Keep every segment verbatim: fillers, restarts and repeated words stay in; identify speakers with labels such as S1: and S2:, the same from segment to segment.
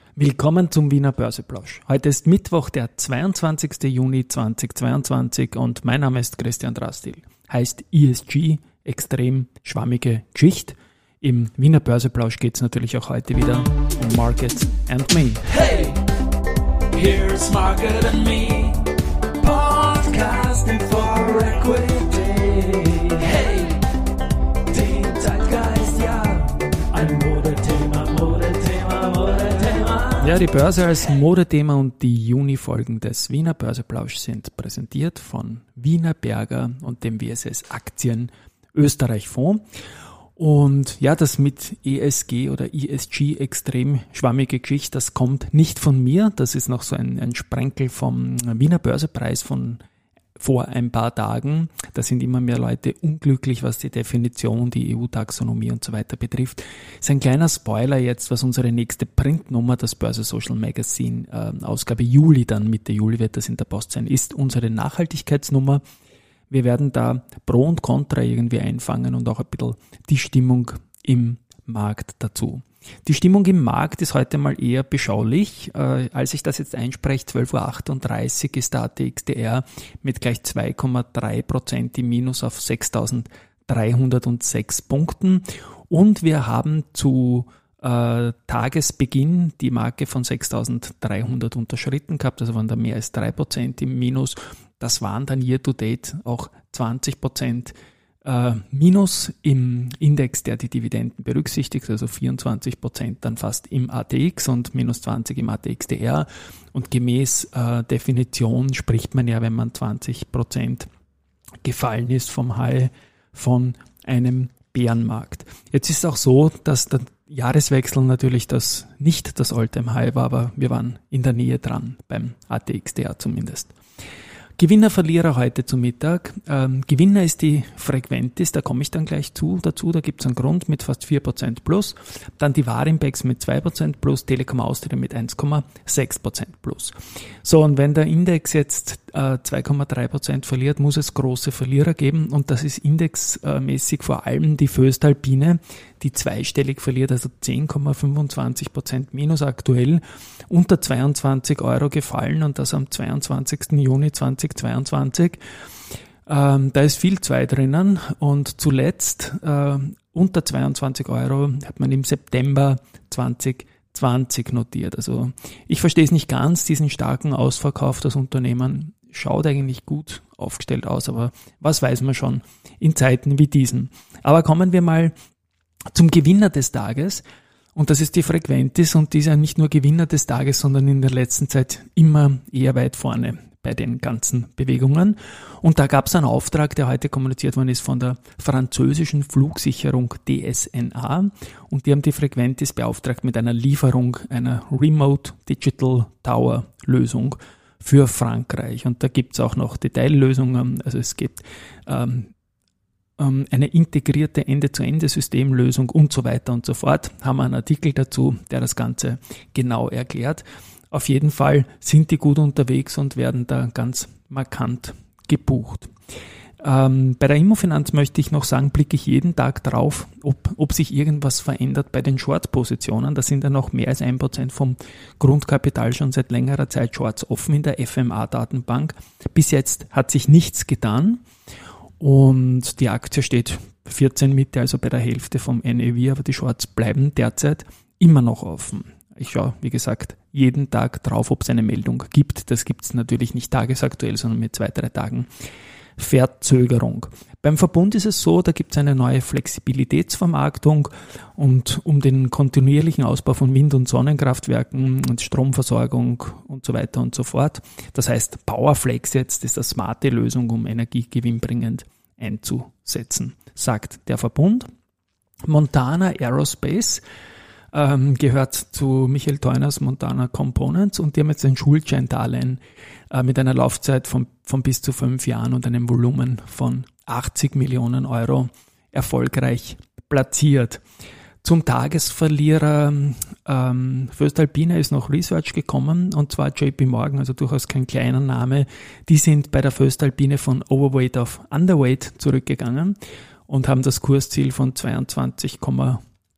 S1: Willkommen zum Wiener Börseplausch. Heute ist Mittwoch, der zweiundzwanzigster Juni zweitausendzweiundzwanzig und mein Name ist Christian Drastil. Heißt E S G, extrem schwammige Geschichte. Im Wiener Börseplausch geht es natürlich auch heute wieder um Markets and Me.
S2: Hey, here's Market and Me, podcasting for equity. Hey, den Zeitgeist, ja, ein Modethema, Modethema, Modethema.
S1: Ja, die Börse als Modethema und die Juni-Folgen des Wiener Börseplausch sind präsentiert von Wiener Berger und dem W S S Aktien Österreich Fonds. Und ja, das mit E S G oder E S G extrem schwammige Geschichte, das kommt nicht von mir. Das ist noch so ein, ein Sprenkel vom Wiener Börsepreis von vor ein paar Tagen. Da sind immer mehr Leute unglücklich, was die Definition, die E U-Taxonomie und so weiter betrifft. Das ist ein kleiner Spoiler jetzt, was unsere nächste Printnummer, das Börse Social Magazine, äh, Ausgabe Juli, dann Mitte Juli wird das in der Post sein, ist unsere Nachhaltigkeitsnummer. Wir werden da Pro und Contra irgendwie einfangen und auch ein bisschen die Stimmung im Markt dazu. Die Stimmung im Markt ist heute mal eher beschaulich. Äh, als ich das jetzt einspreche, zwölf Uhr achtunddreißig ist der A T X T R mit gleich zwei Komma drei Prozent im Minus auf sechstausenddreihundertsechs Punkten. Und wir haben zu äh, Tagesbeginn die Marke von sechstausenddreihundert unterschritten gehabt, also waren da mehr als drei Prozent im Minus. Das waren dann year to date auch zwanzig Prozent äh, Minus im Index, der die Dividenden berücksichtigt, also vierundzwanzig Prozent dann fast im A T X und minus zwanzig im A T X T R. Und gemäß äh, Definition spricht man ja, wenn man zwanzig Prozent gefallen ist vom High von einem Bärenmarkt. Jetzt ist es auch so, dass der Jahreswechsel natürlich das nicht das All-Time-High war, aber wir waren in der Nähe dran, beim A T X T R zumindest. Gewinner, Verlierer heute zum Mittag. Ähm, Gewinner ist die Frequentis, da komme ich dann gleich zu, dazu. Da gibt es einen Grund mit fast vier Prozent plus. Dann die Warimpex mit zwei Prozent plus, Telekom Austria mit eins Komma sechs Prozent plus. So, und wenn der Index jetzt äh, zwei Komma drei Prozent verliert, muss es große Verlierer geben. Und das ist indexmäßig vor allem die Voestalpine, die zweistellig verliert, also zehn Komma fünfundzwanzig Prozent minus aktuell, unter zweiundzwanzig Euro gefallen und das am zweiundzwanzigster Juni zweitausendzweiundzwanzig. Ähm, da ist viel zwei drinnen und zuletzt äh, unter zweiundzwanzig Euro hat man im September zweitausendzwanzig notiert. Also ich verstehe es nicht ganz, diesen starken Ausverkauf. Das Unternehmen schaut eigentlich gut aufgestellt aus, aber was weiß man schon in Zeiten wie diesen. Aber kommen wir mal zum Gewinner des Tages, und das ist die Frequentis, und die ist ja nicht nur Gewinner des Tages, sondern in der letzten Zeit immer eher weit vorne bei den ganzen Bewegungen. Und da gab es einen Auftrag, der heute kommuniziert worden ist von der französischen Flugsicherung D S N A, und die haben die Frequentis beauftragt mit einer Lieferung einer Remote Digital Tower Lösung für Frankreich. Und da gibt es auch noch Detaillösungen, also es gibt ähm, eine integrierte Ende-zu-Ende-Systemlösung und so weiter und so fort. Haben wir einen Artikel dazu, der das Ganze genau erklärt. Auf jeden Fall sind die gut unterwegs und werden da ganz markant gebucht. Ähm, bei der Immofinanz möchte ich noch sagen, blicke ich jeden Tag drauf, ob, ob sich irgendwas verändert bei den Short-Positionen. Da sind ja noch mehr als ein Prozent vom Grundkapital schon seit längerer Zeit Shorts offen in der F M A-Datenbank. Bis jetzt hat sich nichts getan. Und die Aktie steht vierzehn Mitte, also bei der Hälfte vom N A V, aber die Shorts bleiben derzeit immer noch offen. Ich schaue, wie gesagt, jeden Tag drauf, ob es eine Meldung gibt. Das gibt es natürlich nicht tagesaktuell, sondern mit zwei, drei Tagen Verzögerung. Beim Verbund ist es so, da gibt es eine neue Flexibilitätsvermarktung, und um den kontinuierlichen Ausbau von Wind- und Sonnenkraftwerken und Stromversorgung und so weiter und so fort. Das heißt, Powerflex jetzt ist eine smarte Lösung, um Energie gewinnbringend einzusetzen, sagt der Verbund. Montana Aerospace ähm, gehört zu Michael Theuners Montana Components, und die haben jetzt ein Schuldscheindarlehen äh, mit einer Laufzeit von, von bis zu fünf Jahren und einem Volumen von achtzig Millionen Euro erfolgreich platziert. Zum Tagesverlierer ähm, Voestalpine ist noch Research gekommen, und zwar J P Morgan, also durchaus kein kleiner Name. Die sind bei der Voestalpine von Overweight auf Underweight zurückgegangen und haben das Kursziel von zweiundzwanzig Komma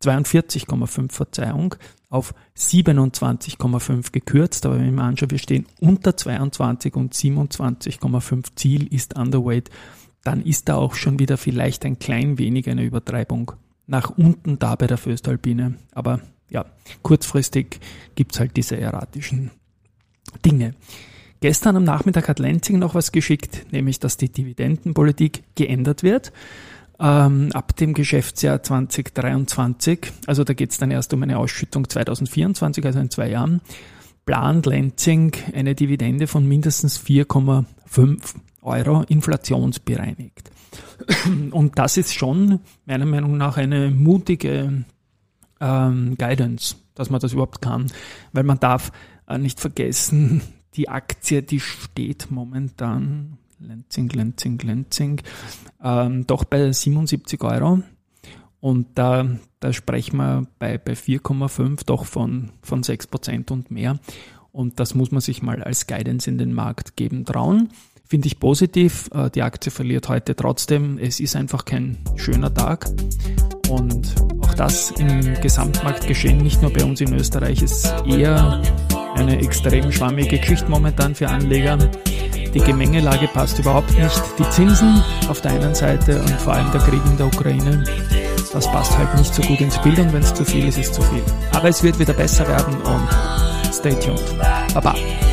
S1: zweiundvierzig Komma fünf Verzeihung, auf siebenundzwanzig Komma fünf gekürzt, aber wenn ich mir anschaue, wir stehen unter zweiundzwanzig und siebenundzwanzig Komma fünf Ziel ist underweight, dann ist da auch schon wieder vielleicht ein klein wenig eine Übertreibung nach unten da bei der Voestalpine. Aber ja, kurzfristig gibt's halt diese erratischen Dinge. Gestern am Nachmittag hat Lenzing noch was geschickt, nämlich dass die Dividendenpolitik geändert wird. Ähm, ab dem Geschäftsjahr zwanzig dreiundzwanzig, also da geht es dann erst um eine Ausschüttung zwanzig vierundzwanzig, also in zwei Jahren, plant Lenzing eine Dividende von mindestens vier Komma fünf Euro inflationsbereinigt. Und das ist schon meiner Meinung nach eine mutige ähm, Guidance, dass man das überhaupt kann, weil man darf äh, nicht vergessen, die Aktie, die steht momentan Lenzing, Lenzing, Lenzing, ähm, doch bei siebenundsiebzig Euro. Und da, da sprechen wir bei, bei vier Komma fünf doch von, von sechs Prozent und mehr. Und das muss man sich mal als Guidance in den Markt geben trauen. Finde ich positiv. Äh, die Aktie verliert heute trotzdem. Es ist einfach kein schöner Tag. Und auch das im Gesamtmarktgeschehen, nicht nur bei uns in Österreich, ist eher eine extrem schwammige Geschichte momentan für Anleger. Die Gemengelage passt überhaupt nicht. Die Zinsen auf der einen Seite und vor allem der Krieg in der Ukraine, das passt halt nicht so gut ins Bild und wenn es zu viel ist, ist es zu viel. Aber es wird wieder besser werden und stay tuned. Baba.